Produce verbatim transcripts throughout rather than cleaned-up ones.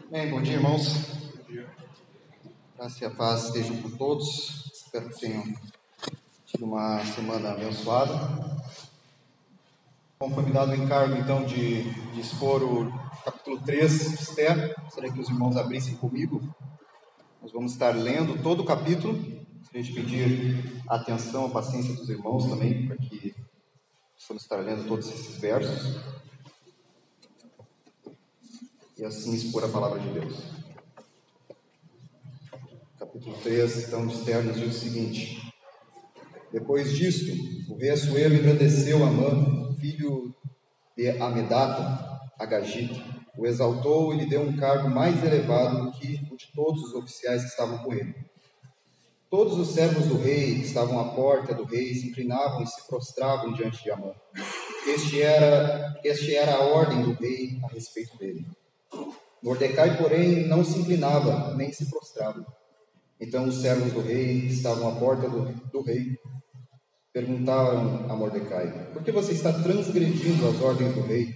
Bem, bom dia, irmãos. Graça e a paz estejam com todos. Espero que tenham tido uma semana abençoada. Bom, foi me dado o encargo, então, de, de expor o capítulo três de Esther. Gostaria que os irmãos abrissem comigo. Nós vamos estar lendo todo o capítulo. Gostaria de pedir a atenção, a paciência dos irmãos também, para que possamos estar lendo todos esses versos e assim expor a palavra de Deus. Capítulo três, então, de Esther, nos diz o seguinte: Depois disto, o rei Assuero engrandeceu Amã, filho de Amedata, Agagita, o exaltou e lhe deu um cargo mais elevado do que o de todos os oficiais que estavam com ele. Todos os servos do rei que estavam à porta do rei se inclinavam e se prostravam diante de Amã. Este era, este era a ordem do rei a respeito dele. Mordecai, porém, não se inclinava, nem se prostrava. Então os servos do rei, que estavam à porta do, do rei, perguntaram a Mordecai: por que você está transgredindo as ordens do rei?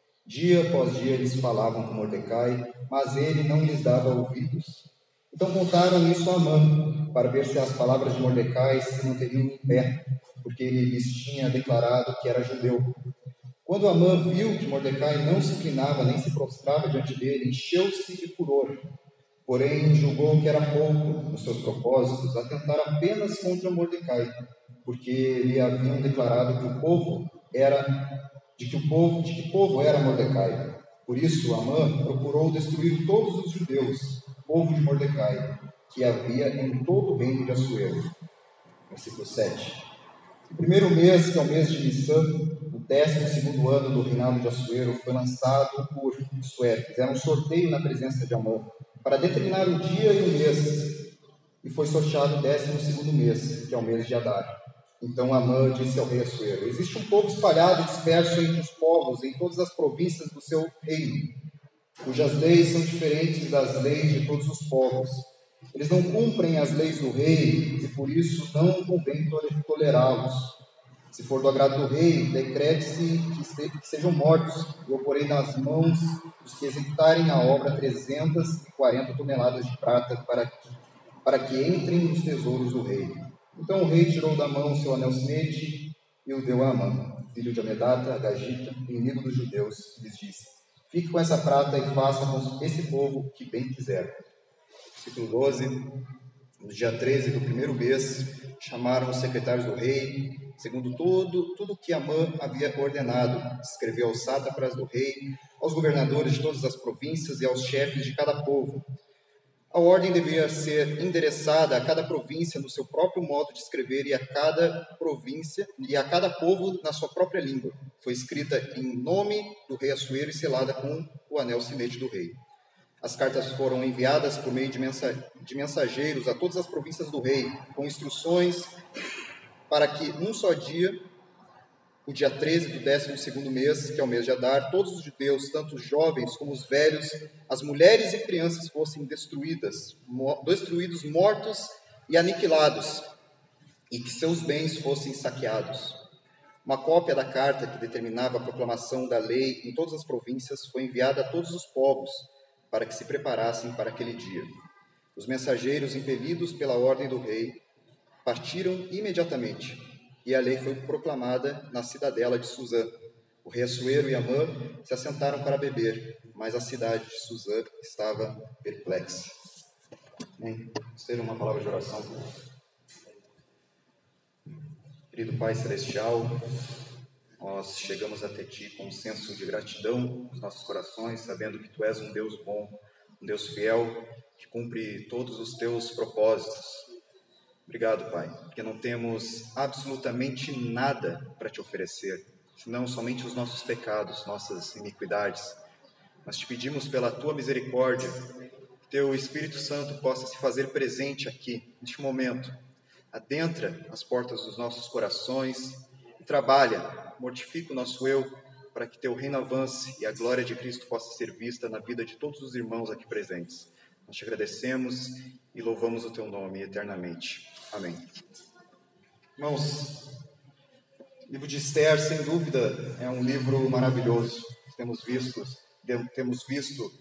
Dia após dia eles falavam com Mordecai, mas ele não lhes dava ouvidos. Então contaram isso a Amã, para ver se as palavras de Mordecai se manteriam em pé, porque ele lhes tinha declarado que era judeu. Quando Amã viu que Mordecai não se inclinava nem se prostrava diante dele, encheu-se de furor. Porém, julgou que era pouco nos seus propósitos atentar apenas contra Mordecai, porque lhe haviam declarado que o povo era de que o povo de que povo era Mordecai. Por isso, Amã procurou destruir todos os judeus, povo de Mordecai, que havia em todo o reino de Assuero. Versículo sete. No primeiro mês, que é o mês de Nissan, o décimo segundo ano do reinado de Assuero, foi lançado por, isto é, fizeram um sorteio na presença de Amã, para determinar o dia e o mês, e foi sorteado o décimo segundo mês, que é o mês de Adar. Então Amã disse ao rei Assuero: existe um povo espalhado e disperso entre os povos, em todas as províncias do seu reino, cujas leis são diferentes das leis de todos os povos. Eles não cumprem as leis do rei, e por isso não convém tolerá-los. Se for do agrado do rei, decrete-se que sejam mortos, e eu porei nas mãos dos que executarem a obra trezentas e quarenta toneladas de prata, para que, para que entrem nos tesouros do rei. Então o rei tirou da mão seu anel sinete e o deu a Amã, filho de Amedata, Agagita, inimigo dos judeus, e lhes disse: fique com essa prata e faça com esse povo o que bem quiser. Versículo doze. No dia treze do primeiro mês, chamaram os secretários do rei, segundo tudo, tudo que Amã havia ordenado. Escreveu aos sátrapas do rei, aos governadores de todas as províncias e aos chefes de cada povo. A ordem devia ser endereçada a cada província no seu próprio modo de escrever e a cada província e a cada povo na sua própria língua. Foi escrita em nome do rei Assuero e selada com o anel sinete do rei. As cartas foram enviadas por meio de, mensa de mensageiros a todas as províncias do rei, com instruções para que, num só dia, o dia treze do décimo segundo mês, que é o mês de Adar, todos os judeus, tanto os jovens como os velhos, as mulheres e crianças fossem destruídas, mo destruídos, mortos e aniquilados, e que seus bens fossem saqueados. Uma cópia da carta que determinava a proclamação da lei em todas as províncias foi enviada a todos os povos, para que se preparassem para aquele dia. Os mensageiros, impelidos pela ordem do rei, partiram imediatamente, e a lei foi proclamada na cidadela de Suzã. O rei Assuero e Amã se assentaram para beber, mas a cidade de Suzã estava perplexa. Amém? Seja uma palavra de oração. Querido Pai Celestial, nós chegamos até Ti com um senso de gratidão nos nossos corações, sabendo que Tu és um Deus bom, um Deus fiel, que cumpre todos os Teus propósitos. Obrigado, Pai, porque não temos absolutamente nada para Te oferecer, senão somente os nossos pecados, nossas iniquidades. Nós Te pedimos pela Tua misericórdia, que Teu Espírito Santo possa se fazer presente aqui, neste momento. Adentra as portas dos nossos corações e trabalha, mortifica o nosso eu, para que Teu reino avance e a glória de Cristo possa ser vista na vida de todos os irmãos aqui presentes. Nós Te agradecemos e louvamos o Teu nome eternamente. Amém. Irmãos, o livro de Esther, sem dúvida, é um livro maravilhoso. Temos visto, temos visto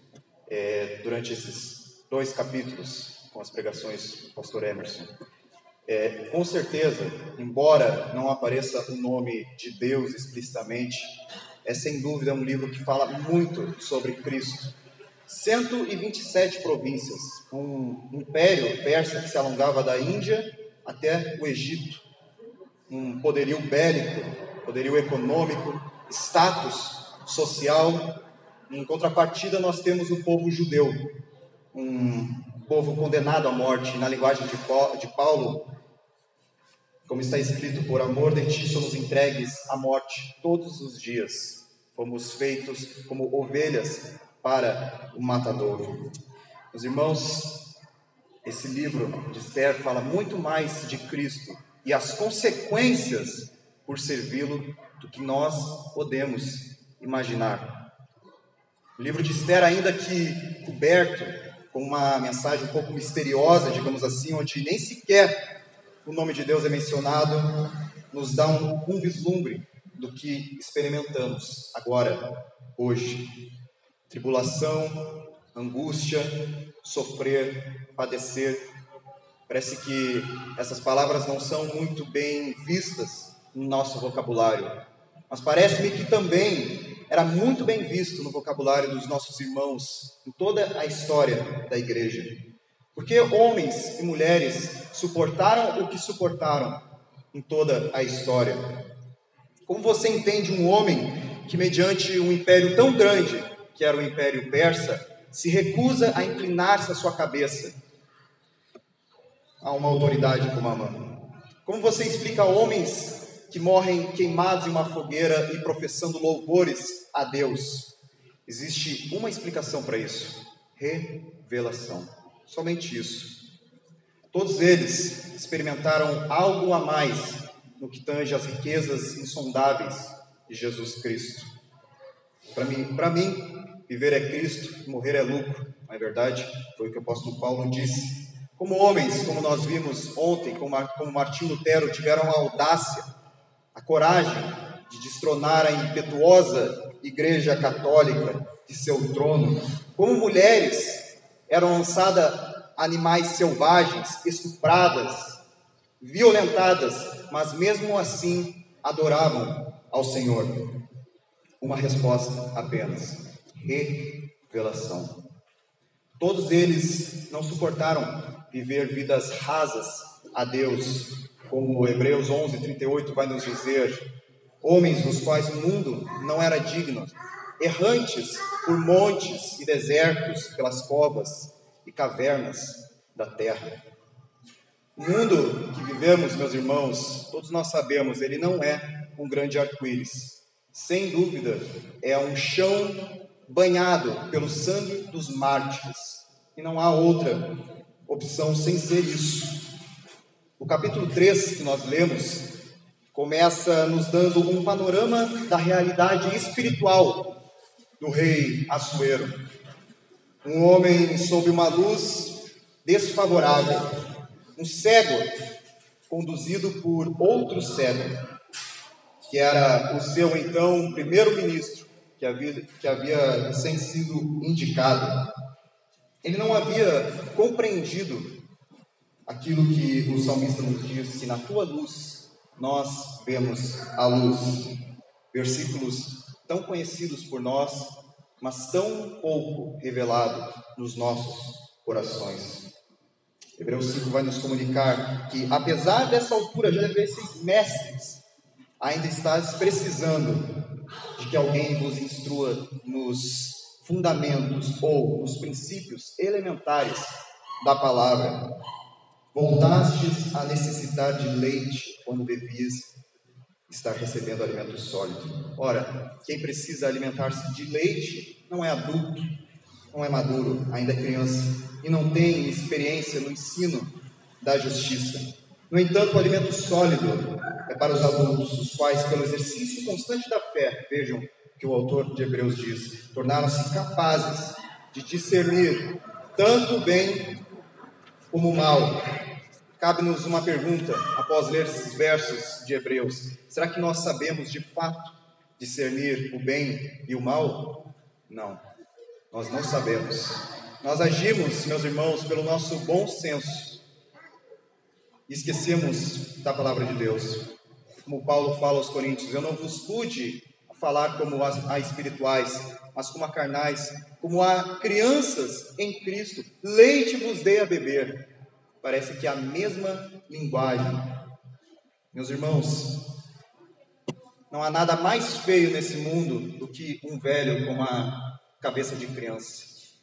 é, durante esses dois capítulos, com as pregações do pastor Emerson. É, com certeza, embora não apareça o nome de Deus explicitamente, é sem dúvida um livro que fala muito sobre Cristo. cento e vinte e sete províncias, um império persa que se alongava da Índia até o Egito, um poderio bélico, poderio econômico, status social. Em contrapartida, nós temos o povo judeu, um povo condenado à morte. Na linguagem de Paulo, como está escrito, por amor de ti somos entregues à morte todos os dias. Fomos feitos como ovelhas para o matadouro. Meus irmãos, esse livro de Esther fala muito mais de Cristo e as consequências por servi-lo do que nós podemos imaginar. O livro de Esther, ainda que coberto com uma mensagem um pouco misteriosa, digamos assim, onde nem sequer o nome de Deus é mencionado, nos dá um, um vislumbre do que experimentamos agora, hoje. Tribulação, angústia, sofrer, padecer. Parece que essas palavras não são muito bem vistas no nosso vocabulário, mas parece-me que também era muito bem visto no vocabulário dos nossos irmãos em toda a história da igreja. Porque homens e mulheres suportaram o que suportaram em toda a história. Como você entende um homem que, mediante um império tão grande, que era o Império Persa, se recusa a inclinar-se a sua cabeça a uma autoridade como Amã? Como você explica homens que morrem queimados em uma fogueira e professando louvores a Deus? Existe uma explicação para isso: revelação. Somente isso. Todos eles experimentaram algo a mais no que tange as riquezas insondáveis de Jesus Cristo. Para mim, para mim, viver é Cristo, morrer é lucro. Não é verdade? Foi o que o apóstolo Paulo disse. Como homens, como nós vimos ontem, como, como Martinho Lutero, tiveram a audácia, a coragem de destronar a impetuosa Igreja Católica de seu trono. Como mulheres eram lançadas a animais selvagens, estupradas, violentadas, mas mesmo assim adoravam ao Senhor. Uma resposta apenas: revelação. Todos eles não suportaram viver vidas rasas a Deus, como Hebreus onze, trinta e oito vai nos dizer. Homens dos quais o mundo não era digno, errantes por montes e desertos, pelas covas e cavernas da terra. O mundo que vivemos, meus irmãos, todos nós sabemos, ele não é um grande arco-íris. Sem dúvida, é um chão banhado pelo sangue dos mártires. E não há outra opção sem ser isso. O capítulo três que nós lemos começa nos dando um panorama da realidade espiritual do rei Assuero. Um homem sob uma luz desfavorável, um cego conduzido por outro cego, que era o seu então primeiro-ministro, que havia, que havia recém sido indicado. Ele não havia compreendido aquilo que o salmista nos diz, que na tua luz nós vemos a luz. Versículos tão conhecidos por nós, mas tão pouco revelado nos nossos corações. Hebreus cinco vai nos comunicar que, apesar dessa altura já haver seis mestres, ainda estás precisando de que alguém vos instrua nos fundamentos ou nos princípios elementares da palavra. Voltastes a necessitar de leite quando devias estar recebendo alimento sólido. Ora, quem precisa alimentar-se de leite não é adulto, não é maduro, ainda é criança, e não tem experiência no ensino da justiça. No entanto, o alimento sólido é para os adultos, os quais, pelo exercício constante da fé, vejam o que o autor de Hebreus diz, tornaram-se capazes de discernir tanto o bem como o mal. Cabe-nos uma pergunta após ler esses versos de Hebreus: será que nós sabemos de fato discernir o bem e o mal? Não. Nós não sabemos. Nós agimos, meus irmãos, pelo nosso bom senso. E esquecemos da palavra de Deus. Como Paulo fala aos Coríntios: eu não vos pude falar como a, a espirituais, mas como a carnais, como a crianças em Cristo. Leite vos dei a beber. Parece que é a mesma linguagem. Meus irmãos, não há nada mais feio nesse mundo do que um velho com uma cabeça de criança.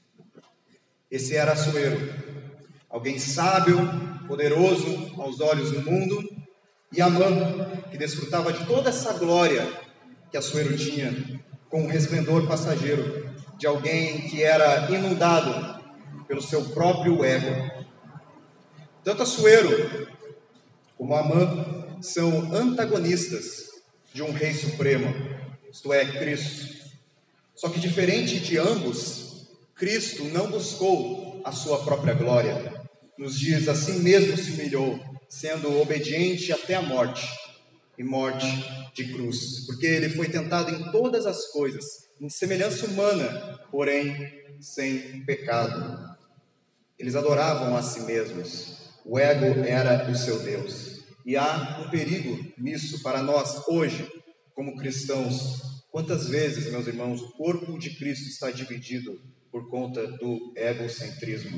Esse era Assuero, alguém sábio, poderoso aos olhos do mundo, e Amã, que desfrutava de toda essa glória que Assuero tinha, com um resplendor passageiro, de alguém que era inundado pelo seu próprio ego. Tanto Assuero como Amã são antagonistas de um rei supremo, isto é, Cristo. Só que diferente de ambos, Cristo não buscou a sua própria glória. Nos diz: assim mesmo se humilhou, sendo obediente até a morte, e morte de cruz. Porque ele foi tentado em todas as coisas, em semelhança humana, porém sem pecado. Eles adoravam a si mesmos. O ego era o seu Deus. E há um perigo nisso para nós hoje, como cristãos. Quantas vezes, meus irmãos, o corpo de Cristo está dividido por conta do egocentrismo?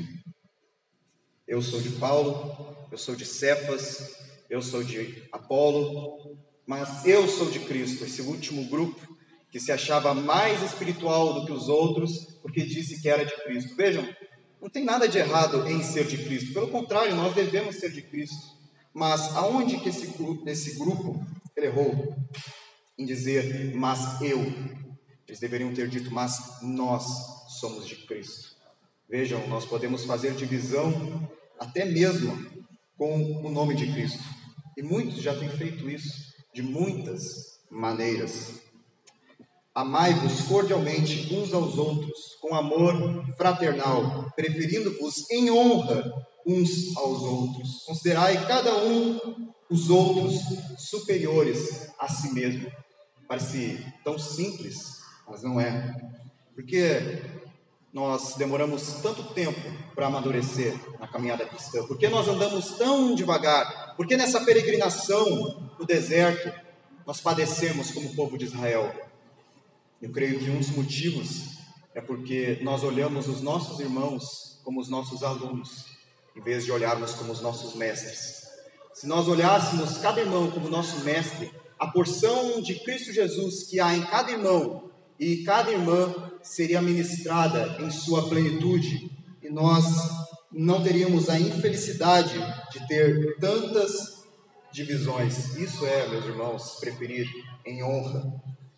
Eu sou de Paulo, eu sou de Cefas, eu sou de Apolo, mas eu sou de Cristo. Esse último grupo que se achava mais espiritual do que os outros, porque disse que era de Cristo. Vejam, não tem nada de errado em ser de Cristo. Pelo contrário, nós devemos ser de Cristo. Mas aonde que esse, esse grupo ele errou? Em dizer, mas eu. Eles deveriam ter dito, mas nós somos de Cristo. Vejam, nós podemos fazer divisão até mesmo com o nome de Cristo. E muitos já têm feito isso de muitas maneiras. Amai-vos cordialmente uns aos outros, com amor fraternal, preferindo-vos em honra uns aos outros. Considerai cada um os outros superiores a si mesmo. Parece tão simples, mas não é. Porque nós demoramos tanto tempo para amadurecer na caminhada cristã? Por que nós andamos tão devagar? Por que nessa peregrinação no deserto nós padecemos como o povo de Israel? Eu creio que um dos motivos é porque nós olhamos os nossos irmãos como os nossos alunos, em vez de olharmos como os nossos mestres. Se nós olhássemos cada irmão como nosso mestre, a porção de Cristo Jesus que há em cada irmão e cada irmã seria ministrada em sua plenitude, e nós não teríamos a infelicidade de ter tantas divisões. Isso é, meus irmãos, preferir em honra.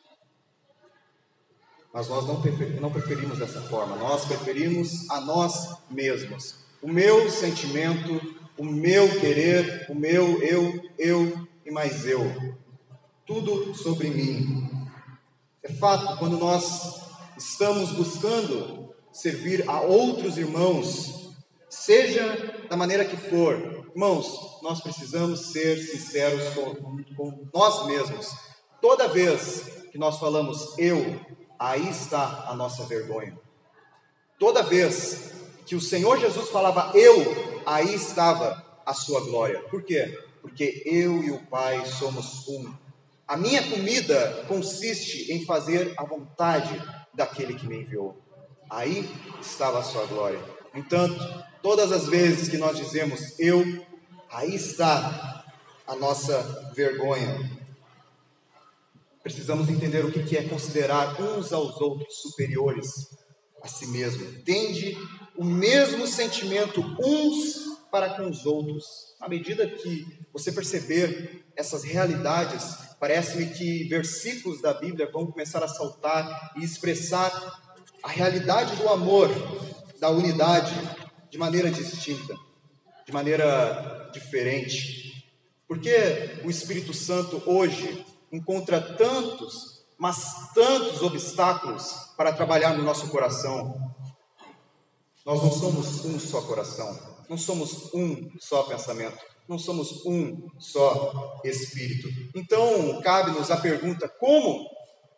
Mas nós não, prefer, não preferimos dessa forma. Nós preferimos a nós mesmos. O meu sentimento, o meu querer, o meu eu, eu e mais eu. Tudo sobre mim. É fato, quando nós estamos buscando servir a outros irmãos, seja da maneira que for, irmãos, nós precisamos ser sinceros com, com nós mesmos. Toda vez que nós falamos eu, aí está a nossa vergonha. Toda vez que o Senhor Jesus falava eu, aí estava a sua glória. Por quê? Porque eu e o Pai somos um. A minha comida consiste em fazer a vontade daquele que me enviou. Aí estava a sua glória. No entanto, todas as vezes que nós dizemos eu, aí está a nossa vergonha. Precisamos entender o que é considerar uns aos outros superiores a si mesmo. Tende o mesmo sentimento uns para com os outros. À medida que você perceber essas realidades, parece-me que versículos da Bíblia vão começar a saltar e expressar a realidade do amor, da unidade, de maneira distinta, de maneira diferente. Porque o Espírito Santo hoje encontra tantos, mas tantos obstáculos para trabalhar no nosso coração. Nós não somos um só coração, não somos um só pensamento, não somos um só Espírito. Então, cabe-nos a pergunta: como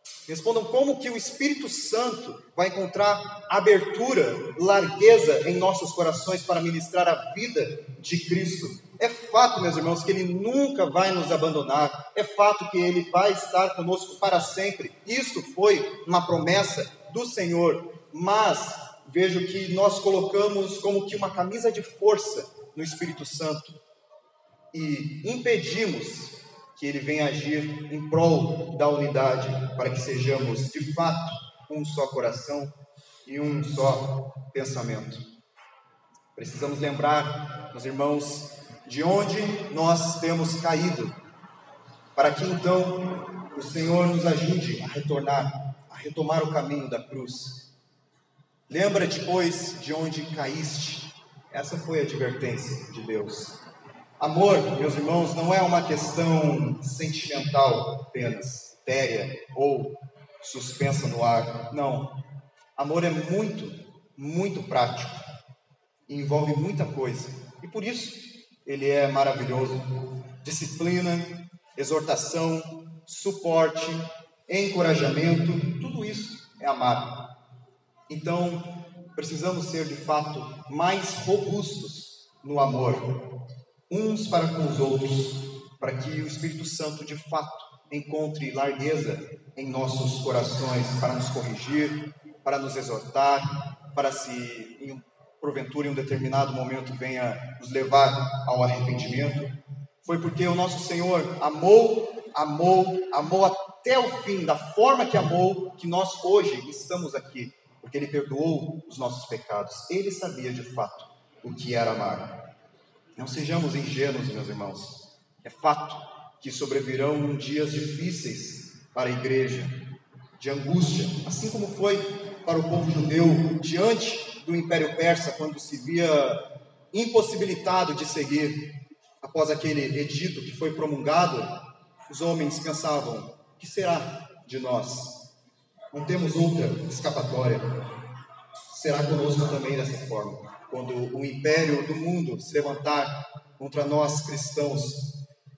Respondam como que o Espírito Santo vai encontrar abertura, largueza em nossos corações para ministrar a vida de Cristo. É fato, meus irmãos, que Ele nunca vai nos abandonar. É fato que Ele vai estar conosco para sempre. Isto foi uma promessa do Senhor. Mas vejo que nós colocamos como que uma camisa de força no Espírito Santo e impedimos que Ele venha agir em prol da unidade, para que sejamos de fato um só coração e um só pensamento. Precisamos lembrar, meus irmãos, de onde nós temos caído, para que então o Senhor nos ajude a retornar, a retomar o caminho da cruz. Lembra-te, pois, de onde caíste. Essa foi a advertência de Deus. Amor, meus irmãos, não é uma questão sentimental apenas, etérea ou suspensa no ar. Não. Amor é muito, muito prático. E envolve muita coisa. E por isso, ele é maravilhoso. Disciplina, exortação, suporte, encorajamento, tudo isso é amar. Então, precisamos ser de fato mais robustos no amor, uns para com os outros, para que o Espírito Santo de fato encontre largueza em nossos corações para nos corrigir, para nos exortar, para se, em, porventura, em um determinado momento venha nos levar ao arrependimento. Foi porque o nosso Senhor amou, amou, amou até o fim, da forma que amou, que nós hoje estamos aqui, porque Ele perdoou os nossos pecados. Ele sabia de fato o que era amar. Não sejamos ingênuos, meus irmãos. É fato que sobrevirão dias difíceis para a igreja, de angústia, assim como foi para o povo judeu diante do Império Persa, quando se via impossibilitado de seguir. Após aquele edito que foi promulgado, os homens pensavam: o que será de nós? Não temos outra escapatória. Será conosco também dessa forma. Quando o império do mundo se levantar contra nós cristãos,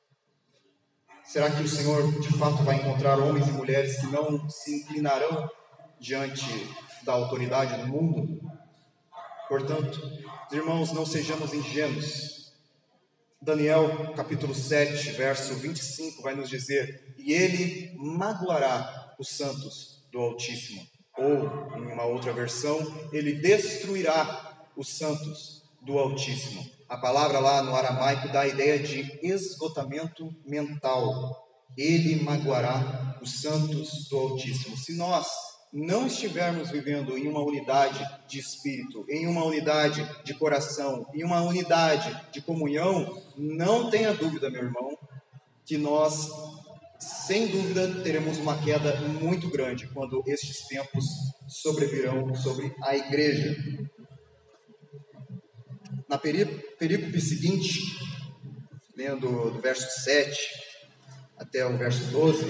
será que o Senhor de fato vai encontrar homens e mulheres que não se inclinarão diante da autoridade do mundo? Portanto, irmãos, não sejamos ingênuos. Daniel capítulo sete, verso vinte e cinco vai nos dizer: e ele magoará os santos do Altíssimo. Ou, em uma outra versão, ele destruirá os santos do Altíssimo. A palavra lá no aramaico dá a ideia de esgotamento mental. Ele magoará os santos do Altíssimo. Se nós não estivermos vivendo em uma unidade de espírito, em uma unidade de coração, em uma unidade de comunhão, não tenha dúvida, meu irmão, que nós, sem dúvida, teremos uma queda muito grande quando estes tempos sobrevirão sobre a igreja. Na perícope seguinte, lendo do verso sete até o verso doze,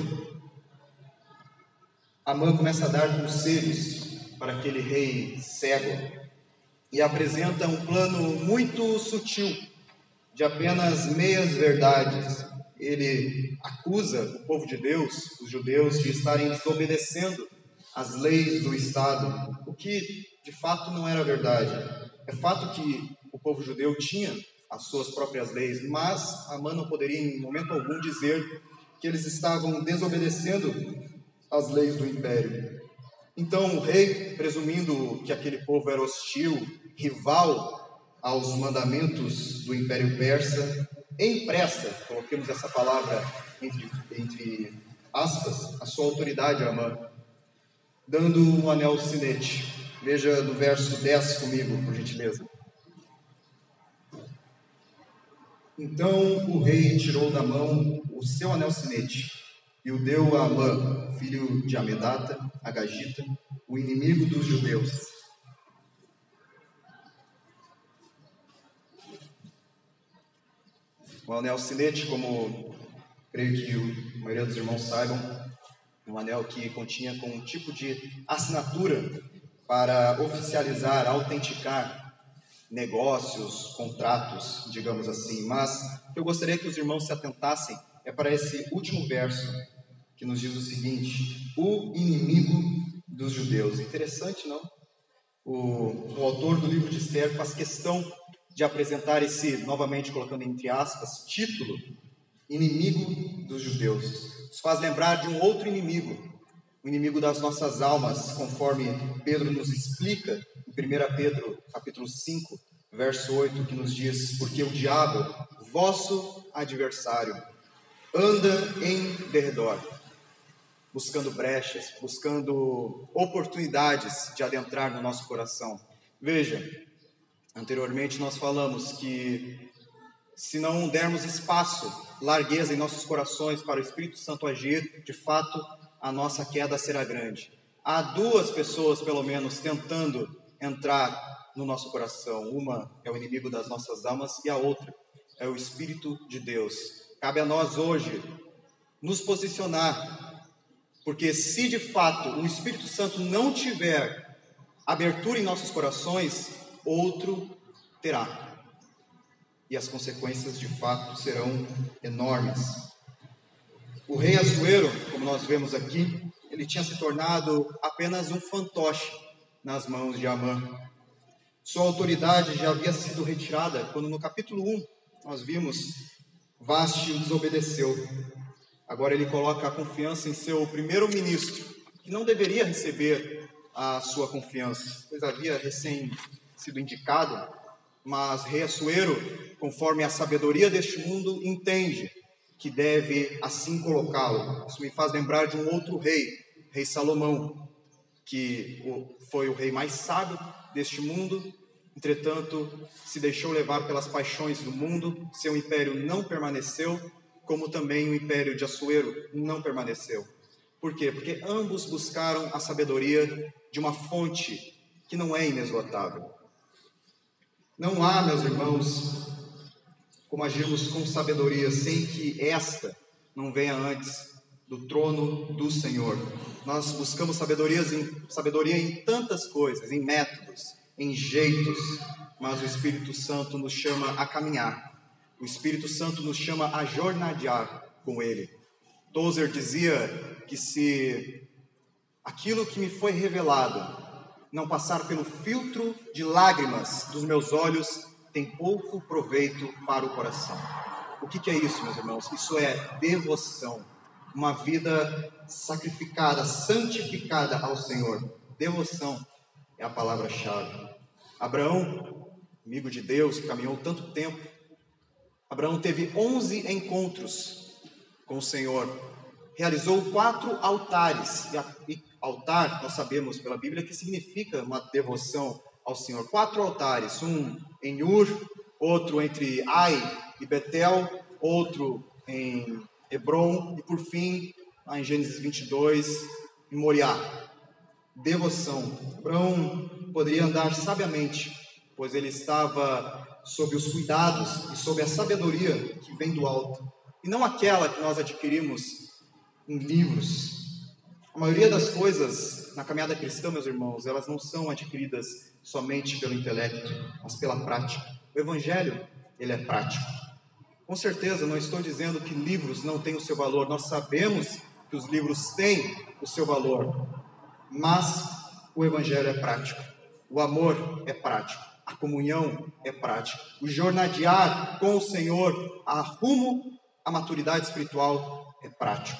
Amã começa a dar conselhos para aquele rei cego e apresenta um plano muito sutil, de apenas meias verdades. Ele acusa o povo de Deus, os judeus, de estarem desobedecendo as leis do Estado, o que de fato não era verdade. É fato que o povo judeu tinha as suas próprias leis, mas Amã não poderia em momento algum dizer que eles estavam desobedecendo as leis do império. Então o rei, presumindo que aquele povo era hostil, rival aos mandamentos do Império Persa, empresta, coloquemos essa palavra entre, entre aspas, a sua autoridade a Amã, dando um anel sinete. Veja do verso dez comigo, por gentileza. Então o rei tirou da mão o seu anel sinete e o deu a Amã, filho de Amedata, Agagita, o inimigo dos judeus. O anel sinete, como creio que a maioria dos irmãos saibam, um anel que continha com um tipo de assinatura para oficializar, autenticar negócios, contratos, digamos assim. Mas o que eu gostaria que os irmãos se atentassem é para esse último verso, que nos diz o seguinte: o inimigo dos judeus. Interessante, não? O, o autor do livro de Esther faz questão de apresentar esse, novamente colocando entre aspas, título, inimigo dos judeus. Nos faz lembrar de um outro inimigo, o inimigo das nossas almas, conforme Pedro nos explica em primeira Pedro capítulo cinco, verso oito, que nos diz: porque o diabo, vosso adversário, anda em derredor, buscando brechas, buscando oportunidades de adentrar no nosso coração. Veja, anteriormente nós falamos que se não dermos espaço, largueza em nossos corações para o Espírito Santo agir, de fato, a nossa queda será grande. Há duas pessoas, pelo menos, tentando entrar no nosso coração. Uma é o inimigo das nossas almas e a outra é o Espírito de Deus. Cabe a nós hoje nos posicionar, porque se de fato o Espírito Santo não tiver abertura em nossos corações, outro terá. E as consequências de fato serão enormes. O rei Assuero, como nós vemos aqui, ele tinha se tornado apenas um fantoche nas mãos de Amã. Sua autoridade já havia sido retirada quando no capítulo um nós vimos Vasti o desobedeceu. Agora ele coloca a confiança em seu primeiro-ministro, que não deveria receber a sua confiança, pois havia recém sido indicado, mas rei Assuero, conforme a sabedoria deste mundo, entende que deve assim colocá-lo. Isso me faz lembrar de um outro rei, rei Salomão, que foi o rei mais sábio deste mundo, entretanto se deixou levar pelas paixões do mundo, seu império não permaneceu, como também o império de Assuero não permaneceu. Por quê? Porque ambos buscaram a sabedoria de uma fonte que não é inesgotável. Não há, meus irmãos, como agirmos com sabedoria sem que esta não venha antes do trono do Senhor. Nós buscamos sabedorias em, sabedoria em tantas coisas, em métodos, em jeitos, mas o Espírito Santo nos chama a caminhar. O Espírito Santo nos chama a jornadear com Ele. Tozer dizia que se aquilo que me foi revelado não passar pelo filtro de lágrimas dos meus olhos, tem pouco proveito para o coração. O que, que é isso, meus irmãos? Isso é devoção. Uma vida sacrificada, santificada ao Senhor. Devoção é a palavra-chave. Abraão, amigo de Deus, que caminhou tanto tempo, Abraão teve onze encontros com o Senhor. Realizou quatro altares. E altar, nós sabemos pela Bíblia que significa uma devoção ao Senhor. Quatro altares, um em Ur, outro entre Ai e Betel, outro em Hebron e por fim, lá em Gênesis vinte e dois, em Moriá. Devoção. Abraão poderia andar sabiamente, pois ele estava sob os cuidados e sob a sabedoria que vem do alto, e não aquela que nós adquirimos em livros. A maioria das coisas na caminhada cristã, meus irmãos, elas não são adquiridas somente pelo intelecto, mas pela prática. O Evangelho, ele é prático. Com certeza, não estou dizendo que livros não têm o seu valor. Nós sabemos que os livros têm o seu valor, mas o Evangelho é prático. O amor é prático. A comunhão é prática. O jornadear com o Senhor a rumo à maturidade espiritual é prático.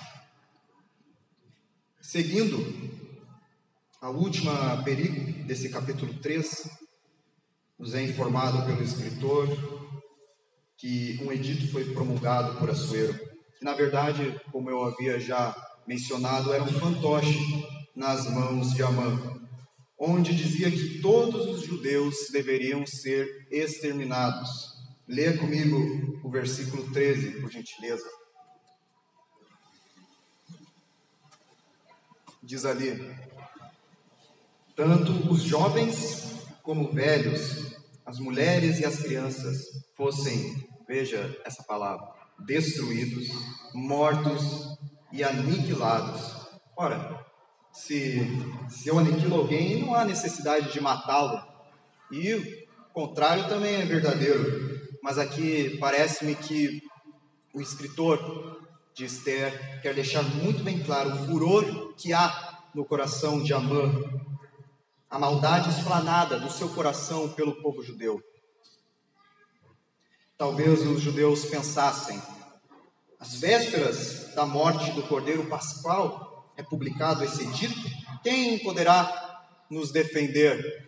Seguindo, a última perícope desse capítulo três, nos é informado pelo escritor que um edito foi promulgado por Assuero, que na verdade, como eu havia já mencionado, era um fantoche nas mãos de Amã, onde dizia que todos os judeus deveriam ser exterminados. Leia comigo o versículo treze, por gentileza. Diz ali: tanto os jovens como velhos, as mulheres e as crianças fossem, veja essa palavra, destruídos, mortos e aniquilados. Ora, se, se eu aniquilo alguém, não há necessidade de matá-lo. E o contrário também é verdadeiro. Mas aqui parece-me que o escritor de Esther quer deixar muito bem claro o furor que há no coração de Amã, a maldade esplanada do seu coração pelo povo judeu. Talvez os judeus pensassem: às vésperas da morte do Cordeiro Pascual é publicado esse edito? Quem poderá nos defender?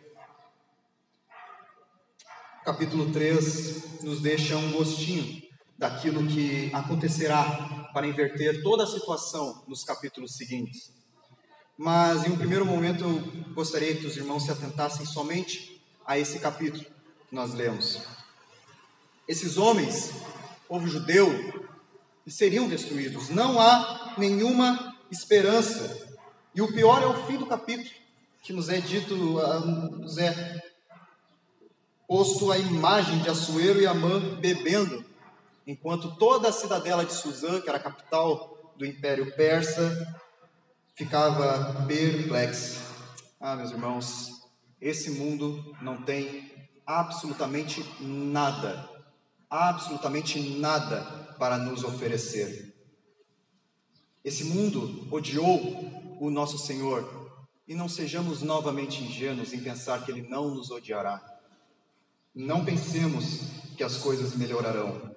O capítulo três nos deixa um gostinho daquilo que acontecerá para inverter toda a situação nos capítulos seguintes. Mas em um primeiro momento eu gostaria que os irmãos se atentassem somente a esse capítulo que nós lemos. Esses homens, povo judeu, seriam destruídos. Não há nenhuma esperança. E o pior é o fim do capítulo, que nos é dito, nos é posto a imagem de Assuero e Amã bebendo, enquanto toda a cidadela de Suzã, que era a capital do Império Persa, ficava perplexa. Ah, meus irmãos, esse mundo não tem absolutamente nada, absolutamente nada para nos oferecer. Esse mundo odiou o nosso Senhor, e não sejamos novamente ingênuos em pensar que Ele não nos odiará. Não pensemos que as coisas melhorarão.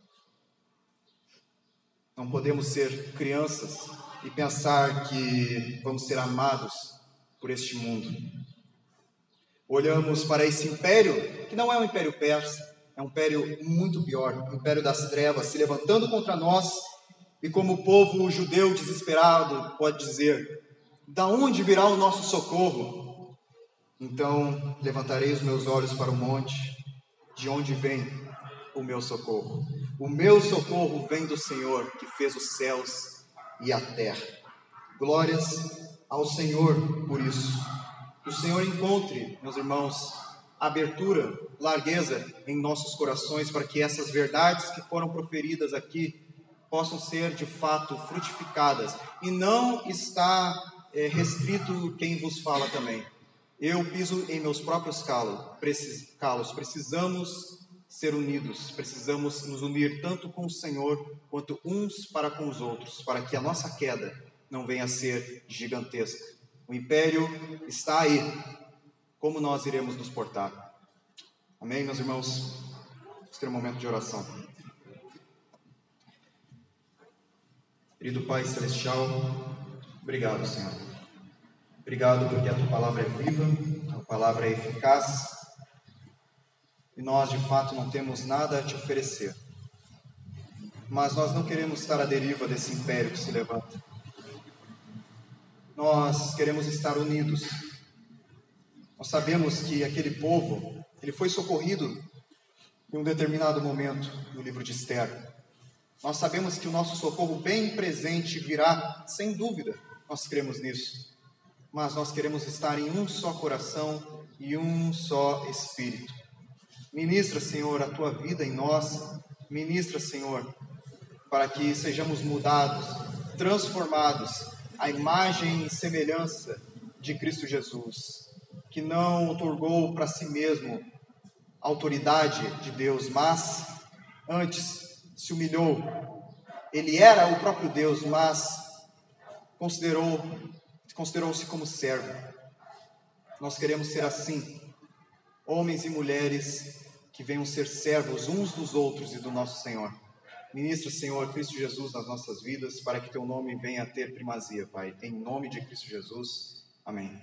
Não podemos ser crianças e pensar que vamos ser amados por este mundo. Olhamos para esse império, que não é um império persa, é um império muito pior, o império das trevas, se levantando contra nós, e como o povo judeu desesperado pode dizer: da onde virá o nosso socorro? Então levantarei os meus olhos para o monte, de onde vem o meu socorro? O meu socorro vem do Senhor, que fez os céus e a terra. Glórias ao Senhor por isso. Que o Senhor encontre, meus irmãos, abertura, largueza em nossos corações, para que essas verdades que foram proferidas aqui possam ser de fato frutificadas, e não está é, restrito quem vos fala também. Eu piso em meus próprios calos, precis, calos, precisamos ser unidos, precisamos nos unir tanto com o Senhor, quanto uns para com os outros, para que a nossa queda não venha a ser gigantesca. O império está aí, como nós iremos nos portar? Amém, meus irmãos? Vamos ter um momento de oração. Querido Pai Celestial, obrigado, Senhor. Obrigado porque a Tua palavra é viva, a Tua palavra é eficaz, e nós de fato não temos nada a Te oferecer. Mas nós não queremos estar à deriva desse império que se levanta. Nós queremos estar unidos. Nós sabemos que aquele povo, ele foi socorrido em um determinado momento no livro de Esther. Nós sabemos que o nosso socorro bem presente virá, sem dúvida, nós cremos nisso. Mas nós queremos estar em um só coração e um só espírito. Ministra, Senhor, a Tua vida em nós. Ministra, Senhor, para que sejamos mudados, transformados à imagem e semelhança de Cristo Jesus, que não otorgou para si mesmo a autoridade de Deus, mas antes se humilhou. Ele era o próprio Deus, mas considerou, considerou-se como servo. Nós queremos ser assim, homens e mulheres que venham ser servos uns dos outros e do nosso Senhor. Ministra, Senhor, Cristo Jesus nas nossas vidas, para que Teu nome venha a ter primazia, Pai. Em nome de Cristo Jesus. Amém.